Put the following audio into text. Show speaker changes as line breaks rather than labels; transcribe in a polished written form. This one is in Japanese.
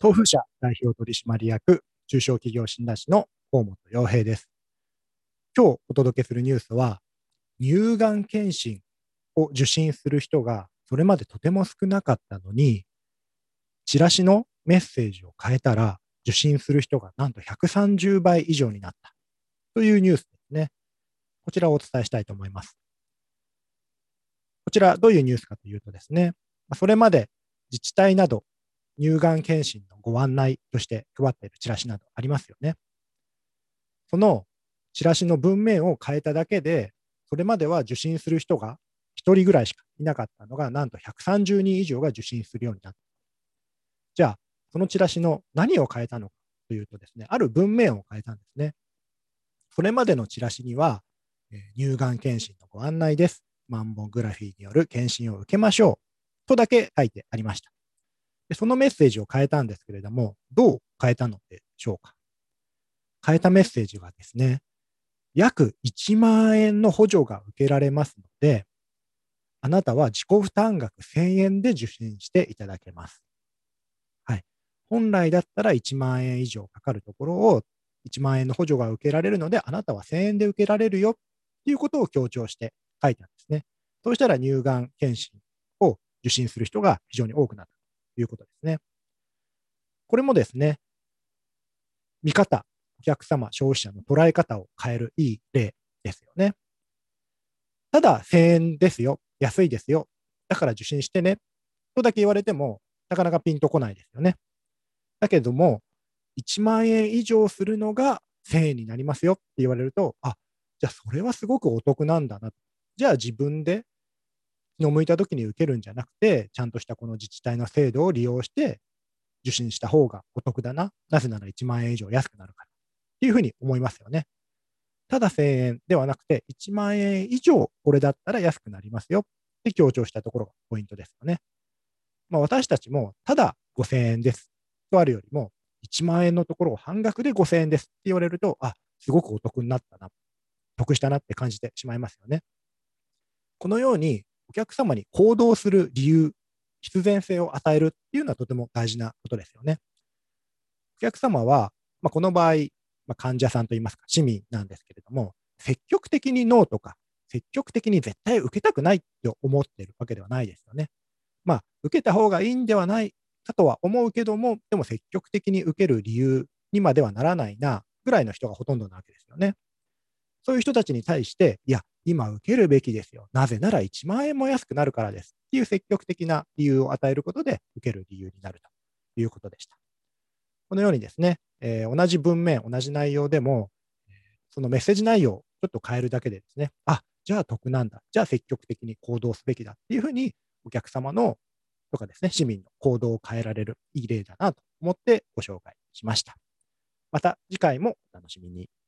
東風社代表取締役中小企業診断士の河本洋平です。今日お届けするニュースは、乳がん検診を受診する人がそれまでとても少なかったのに、チラシのメッセージを変えたら受診する人がなんと130倍以上になったというニュースですね。こちらをお伝えしたいと思います。こちらどういうニュースかというとですね、それまで自治体など乳がん検診のご案内として配っているチラシなどありますよね。そのチラシの文面を変えただけで、それまでは受診する人が1人ぐらいしかいなかったのが、なんと130人以上が受診するようになった。じゃあ、そのチラシの何を変えたのかというとですね、ある文面を変えたんですね。それまでのチラシには、乳がん検診のご案内です。マンモグラフィーによる検診を受けましょう。とだけ書いてありました。でそのメッセージを変えたんですけれども、どう変えたのでしょうか。変えたメッセージはですね、約1万円の補助が受けられますので、あなたは自己負担額1000円で受診していただけます。はい。本来だったら1万円以上かかるところを、1万円の補助が受けられるので、あなたは1000円で受けられるよっていうことを強調して書いたんですね。そうしたら乳がん検診を受診する人が非常に多くなったということですね。これもですね、見方、お客様、消費者の捉え方を変えるいい例ですよね。ただ1000円ですよ、安いですよ、だから受診してね、とだけ言われても、なかなかピンとこないですよね。だけども、1万円以上するのが1000円になりますよって言われると、あ、じゃあそれはすごくお得なんだな。じゃあ自分で気の向いた時に受けるんじゃなくて、ちゃんとしたこの自治体の制度を利用して受診した方がお得だな。なぜなら1万円以上安くなるから。っていうふうに思いますよね。ただ1000円ではなくて、1万円以上これだったら安くなりますよって強調したところがポイントですよね。私たちもただ5000円ですとあるよりも、1万円のところを半額で5000円ですって言われると、あ、すごくお得になったな、得したなって感じてしまいますよね。このようにお客様に行動する理由、必然性を与えるっていうのはとても大事なことですよね。お客様は、この場合、患者さんといいますか、市民なんですけれども、積極的にノーとか、積極的に絶対受けたくないって思っているわけではないですよね。受けた方がいいんではないかとは思うけども、でも積極的に受ける理由にまではならないな、ぐらいの人がほとんどなわけですよね。そういう人たちに対して、いや、今受けるべきですよ。なぜなら1万円も安くなるからです。っていう積極的な理由を与えることで、受ける理由になるということでした。このようにですね、同じ文面、同じ内容でも、そのメッセージ内容をちょっと変えるだけでですね、あ、じゃあ得なんだ。じゃあ積極的に行動すべきだっていうふうに、お客様のとかですね、市民の行動を変えられるいい例だなと思ってご紹介しました。また次回もお楽しみに。